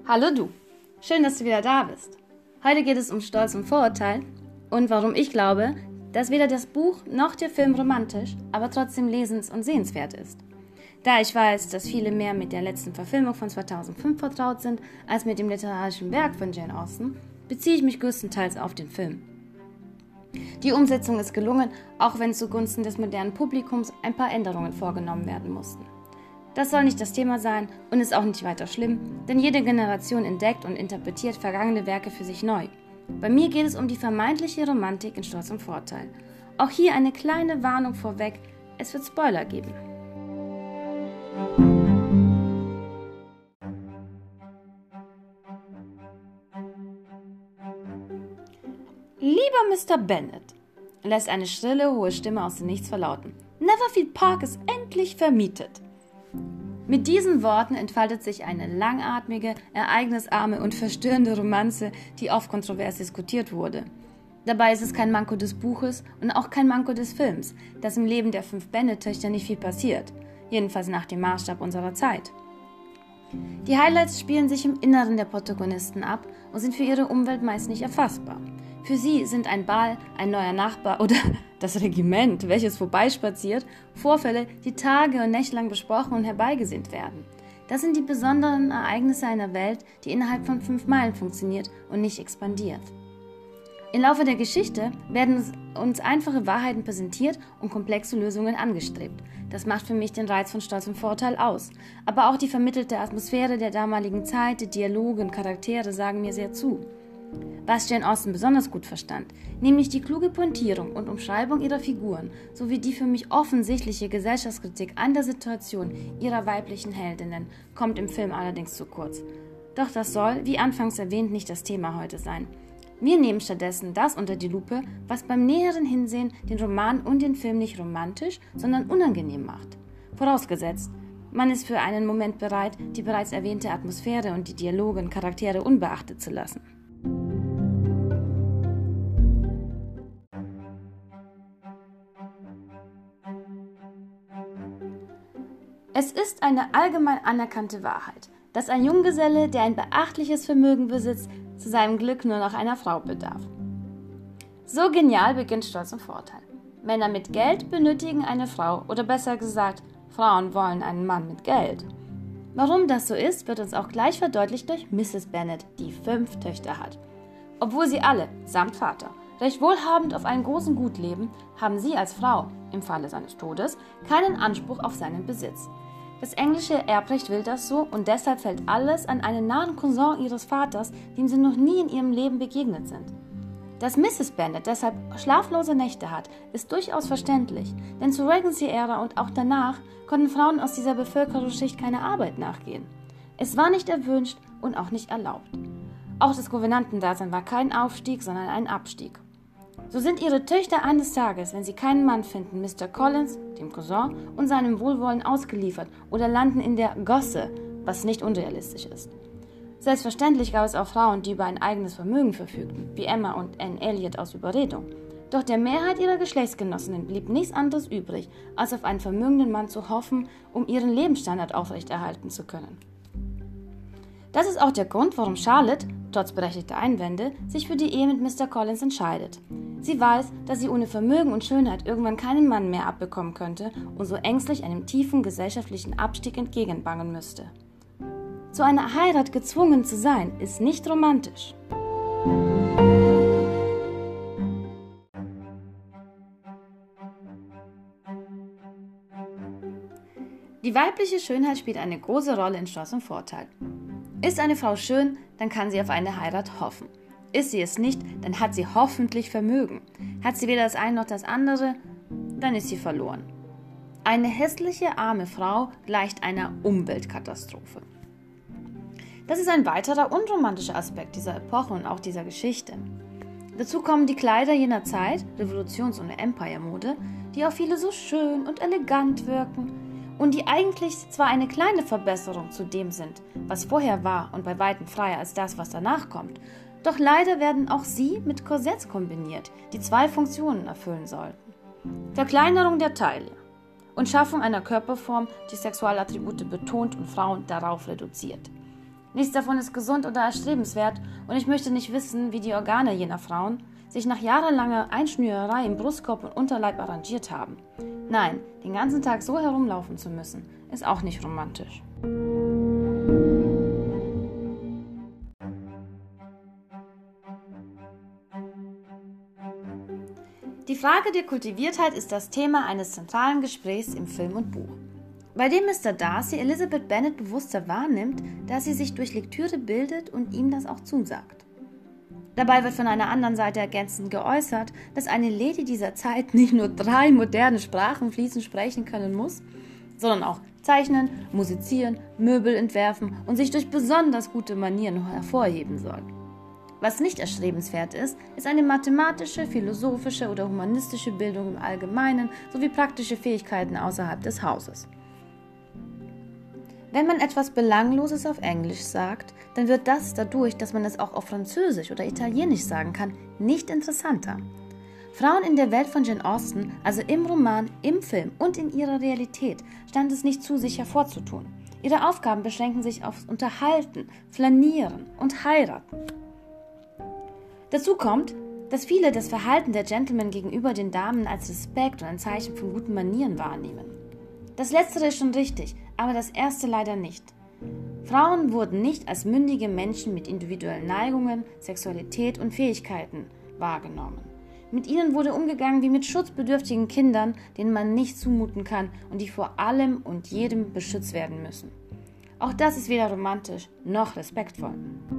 Hallo du, schön, dass du wieder da bist. Heute geht es um Stolz und Vorurteil und warum ich glaube, dass weder das Buch noch der Film romantisch, aber trotzdem lesens- und sehenswert ist. Da ich weiß, dass viele mehr mit der letzten Verfilmung von 2005 vertraut sind, als mit dem literarischen Werk von Jane Austen, beziehe ich mich größtenteils auf den Film. Die Umsetzung ist gelungen, auch wenn zugunsten des modernen Publikums ein paar Änderungen vorgenommen werden mussten. Das soll nicht das Thema sein und ist auch nicht weiter schlimm, denn jede Generation entdeckt und interpretiert vergangene Werke für sich neu. Bei mir geht es um die vermeintliche Romantik in Stolz und Vorteil. Auch hier eine kleine Warnung vorweg, es wird Spoiler geben. Lieber Mr. Bennet, lässt eine schrille, hohe Stimme aus dem Nichts verlauten. Netherfield Park ist endlich vermietet. Mit diesen Worten entfaltet sich eine langatmige, ereignisarme und verstörende Romanze, die oft kontrovers diskutiert wurde. Dabei ist es kein Manko des Buches und auch kein Manko des Films, dass im Leben der 5 Bennet-Töchter nicht viel passiert, jedenfalls nach dem Maßstab unserer Zeit. Die Highlights spielen sich im Inneren der Protagonisten ab und sind für ihre Umwelt meist nicht erfassbar. Für sie sind ein Ball, ein neuer Nachbar oder das Regiment, welches vorbeispaziert, Vorfälle, die Tage und Nächte lang besprochen und herbeigesehnt werden. Das sind die besonderen Ereignisse einer Welt, die innerhalb von 5 Meilen funktioniert und nicht expandiert. Im Laufe der Geschichte werden uns einfache Wahrheiten präsentiert und komplexe Lösungen angestrebt. Das macht für mich den Reiz von Stolz und Vorteil aus. Aber auch die vermittelte Atmosphäre der damaligen Zeit, die Dialoge und Charaktere sagen mir sehr zu. Was Jane Austen besonders gut verstand, nämlich die kluge Pointierung und Umschreibung ihrer Figuren, sowie die für mich offensichtliche Gesellschaftskritik an der Situation ihrer weiblichen Heldinnen, kommt im Film allerdings zu kurz. Doch das soll, wie anfangs erwähnt, nicht das Thema heute sein. Wir nehmen stattdessen das unter die Lupe, was beim näheren Hinsehen den Roman und den Film nicht romantisch, sondern unangenehm macht. Vorausgesetzt, man ist für einen Moment bereit, die bereits erwähnte Atmosphäre und die Dialoge und Charaktere unbeachtet zu lassen. Es ist eine allgemein anerkannte Wahrheit, dass ein Junggeselle, der ein beachtliches Vermögen besitzt, zu seinem Glück nur noch einer Frau bedarf. So genial beginnt Stolz und Vorteil. Männer mit Geld benötigen eine Frau, oder besser gesagt, Frauen wollen einen Mann mit Geld. Warum das so ist, wird uns auch gleich verdeutlicht durch Mrs. Bennet, die 5 Töchter hat. Obwohl sie alle, samt Vater, recht wohlhabend auf einem großen Gut leben, haben sie als Frau, im Falle seines Todes, keinen Anspruch auf seinen Besitz. Das englische Erbrecht will das so und deshalb fällt alles an einen nahen Cousin ihres Vaters, dem sie noch nie in ihrem Leben begegnet sind. Dass Mrs. Bennet deshalb schlaflose Nächte hat, ist durchaus verständlich, denn zur Regency-Ära und auch danach konnten Frauen aus dieser Bevölkerungsschicht keine Arbeit nachgehen. Es war nicht erwünscht und auch nicht erlaubt. Auch das Gouvernantendasein war kein Aufstieg, sondern ein Abstieg. So sind ihre Töchter eines Tages, wenn sie keinen Mann finden, Mr. Collins, dem Cousin, und seinem Wohlwollen ausgeliefert oder landen in der Gosse, was nicht unrealistisch ist. Selbstverständlich gab es auch Frauen, die über ein eigenes Vermögen verfügten, wie Emma und Anne Elliot aus Überredung. Doch der Mehrheit ihrer Geschlechtsgenossinnen blieb nichts anderes übrig, als auf einen vermögenden Mann zu hoffen, um ihren Lebensstandard aufrechterhalten zu können. Das ist auch der Grund, warum Charlotte, trotz berechtigter Einwände, sich für die Ehe mit Mr. Collins entscheidet. Sie weiß, dass sie ohne Vermögen und Schönheit irgendwann keinen Mann mehr abbekommen könnte und so ängstlich einem tiefen gesellschaftlichen Abstieg entgegenbangen müsste. Zu einer Heirat gezwungen zu sein, ist nicht romantisch. Die weibliche Schönheit spielt eine große Rolle in Stolz und Vorteil. Ist eine Frau schön, dann kann sie auf eine Heirat hoffen. Ist sie es nicht, dann hat sie hoffentlich Vermögen. Hat sie weder das eine noch das andere, dann ist sie verloren. Eine hässliche, arme Frau gleicht einer Umweltkatastrophe. Das ist ein weiterer unromantischer Aspekt dieser Epoche und auch dieser Geschichte. Dazu kommen die Kleider jener Zeit, Revolutions- und Empire-Mode, die auf viele so schön und elegant wirken und die eigentlich zwar eine kleine Verbesserung zu dem sind, was vorher war und bei weitem freier als das, was danach kommt, doch leider werden auch sie mit Korsetts kombiniert, die 2 Funktionen erfüllen sollten. Verkleinerung der Taille und Schaffung einer Körperform, die Sexualattribute betont und Frauen darauf reduziert. Nichts davon ist gesund oder erstrebenswert und ich möchte nicht wissen, wie die Organe jener Frauen sich nach jahrelanger Einschnürerei im Brustkorb und Unterleib arrangiert haben. Nein, den ganzen Tag so herumlaufen zu müssen, ist auch nicht romantisch. Die Frage der Kultiviertheit ist das Thema eines zentralen Gesprächs im Film und Buch, bei dem Mr. Darcy Elizabeth Bennet bewusster wahrnimmt, dass sie sich durch Lektüre bildet und ihm das auch zusagt. Dabei wird von einer anderen Seite ergänzend geäußert, dass eine Lady dieser Zeit nicht nur 3 moderne Sprachen fließend sprechen können muss, sondern auch zeichnen, musizieren, Möbel entwerfen und sich durch besonders gute Manieren hervorheben soll. Was nicht erstrebenswert ist, ist eine mathematische, philosophische oder humanistische Bildung im Allgemeinen sowie praktische Fähigkeiten außerhalb des Hauses. Wenn man etwas Belangloses auf Englisch sagt, dann wird das dadurch, dass man es auch auf Französisch oder Italienisch sagen kann, nicht interessanter. Frauen in der Welt von Jane Austen, also im Roman, im Film und in ihrer Realität, stand es nicht zu, sich hervorzutun. Ihre Aufgaben beschränken sich aufs Unterhalten, Flanieren und Heiraten. Dazu kommt, dass viele das Verhalten der Gentlemen gegenüber den Damen als Respekt und ein Zeichen von guten Manieren wahrnehmen. Das Letztere ist schon richtig, aber das Erste leider nicht. Frauen wurden nicht als mündige Menschen mit individuellen Neigungen, Sexualität und Fähigkeiten wahrgenommen. Mit ihnen wurde umgegangen wie mit schutzbedürftigen Kindern, denen man nicht zumuten kann und die vor allem und jedem beschützt werden müssen. Auch das ist weder romantisch noch respektvoll.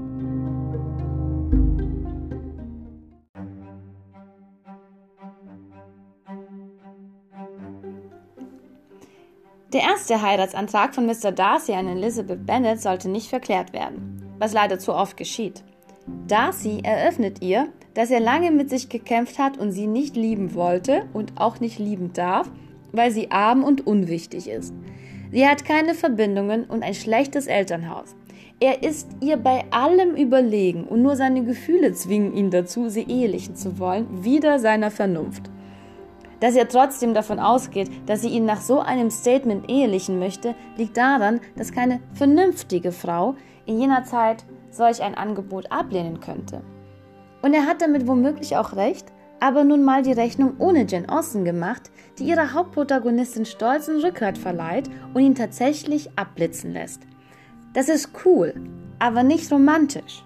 Der erste Heiratsantrag von Mr. Darcy an Elizabeth Bennet sollte nicht verklärt werden, was leider zu oft geschieht. Darcy eröffnet ihr, dass er lange mit sich gekämpft hat und sie nicht lieben wollte und auch nicht lieben darf, weil sie arm und unwichtig ist. Sie hat keine Verbindungen und ein schlechtes Elternhaus. Er ist ihr bei allem überlegen und nur seine Gefühle zwingen ihn dazu, sie ehelichen zu wollen, wider seiner Vernunft. Dass er trotzdem davon ausgeht, dass sie ihn nach so einem Statement ehelichen möchte, liegt daran, dass keine vernünftige Frau in jener Zeit solch ein Angebot ablehnen könnte. Und er hat damit womöglich auch recht, aber nun mal die Rechnung ohne Jane Austen gemacht, die ihrer Hauptprotagonistin stolzen Rückgrat verleiht und ihn tatsächlich abblitzen lässt. Das ist cool, aber nicht romantisch.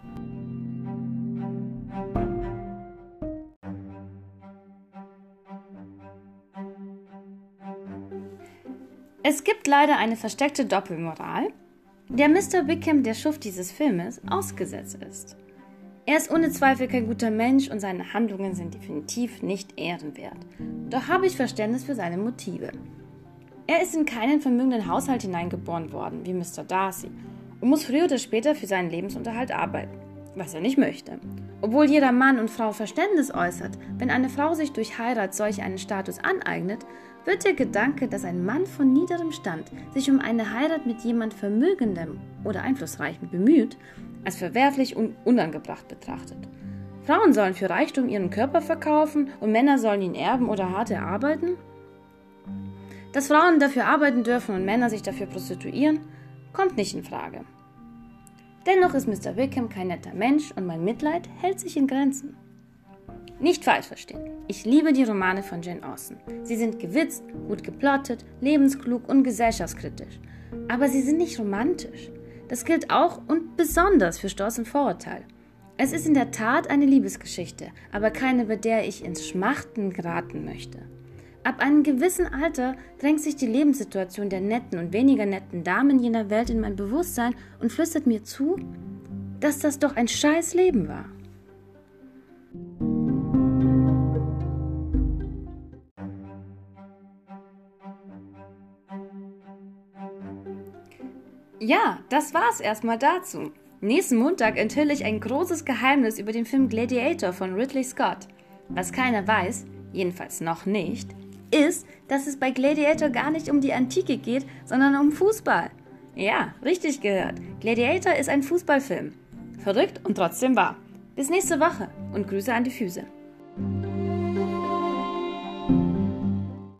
Es gibt leider eine versteckte Doppelmoral, der Mr. Wickham, der Schuft dieses Filmes, ausgesetzt ist. Er ist ohne Zweifel kein guter Mensch und seine Handlungen sind definitiv nicht ehrenwert. Doch habe ich Verständnis für seine Motive. Er ist in keinen vermögenden Haushalt hineingeboren worden, wie Mr. Darcy, und muss früher oder später für seinen Lebensunterhalt arbeiten, was er nicht möchte. Obwohl jeder Mann und Frau Verständnis äußert, wenn eine Frau sich durch Heirat solch einen Status aneignet, wird der Gedanke, dass ein Mann von niederem Stand sich um eine Heirat mit jemand Vermögendem oder Einflussreichem bemüht, als verwerflich und unangebracht betrachtet. Frauen sollen für Reichtum ihren Körper verkaufen und Männer sollen ihn erben oder hart erarbeiten? Dass Frauen dafür arbeiten dürfen und Männer sich dafür prostituieren, kommt nicht in Frage. Dennoch ist Mr. Wickham kein netter Mensch und mein Mitleid hält sich in Grenzen. Nicht falsch verstehen, ich liebe die Romane von Jane Austen. Sie sind gewitzt, gut geplottet, lebensklug und gesellschaftskritisch. Aber sie sind nicht romantisch. Das gilt auch und besonders für Stolz und Vorurteil. Es ist in der Tat eine Liebesgeschichte, aber keine, bei der ich ins Schmachten geraten möchte. Ab einem gewissen Alter drängt sich die Lebenssituation der netten und weniger netten Damen jener Welt in mein Bewusstsein und flüstert mir zu, dass das doch ein scheiß Leben war. Ja, das war's erstmal dazu. Nächsten Montag enthülle ich ein großes Geheimnis über den Film Gladiator von Ridley Scott. Was keiner weiß, jedenfalls noch nicht, ist, dass es bei Gladiator gar nicht um die Antike geht, sondern um Fußball. Ja, richtig gehört. Gladiator ist ein Fußballfilm. Verrückt und trotzdem wahr. Bis nächste Woche und Grüße an die Füße.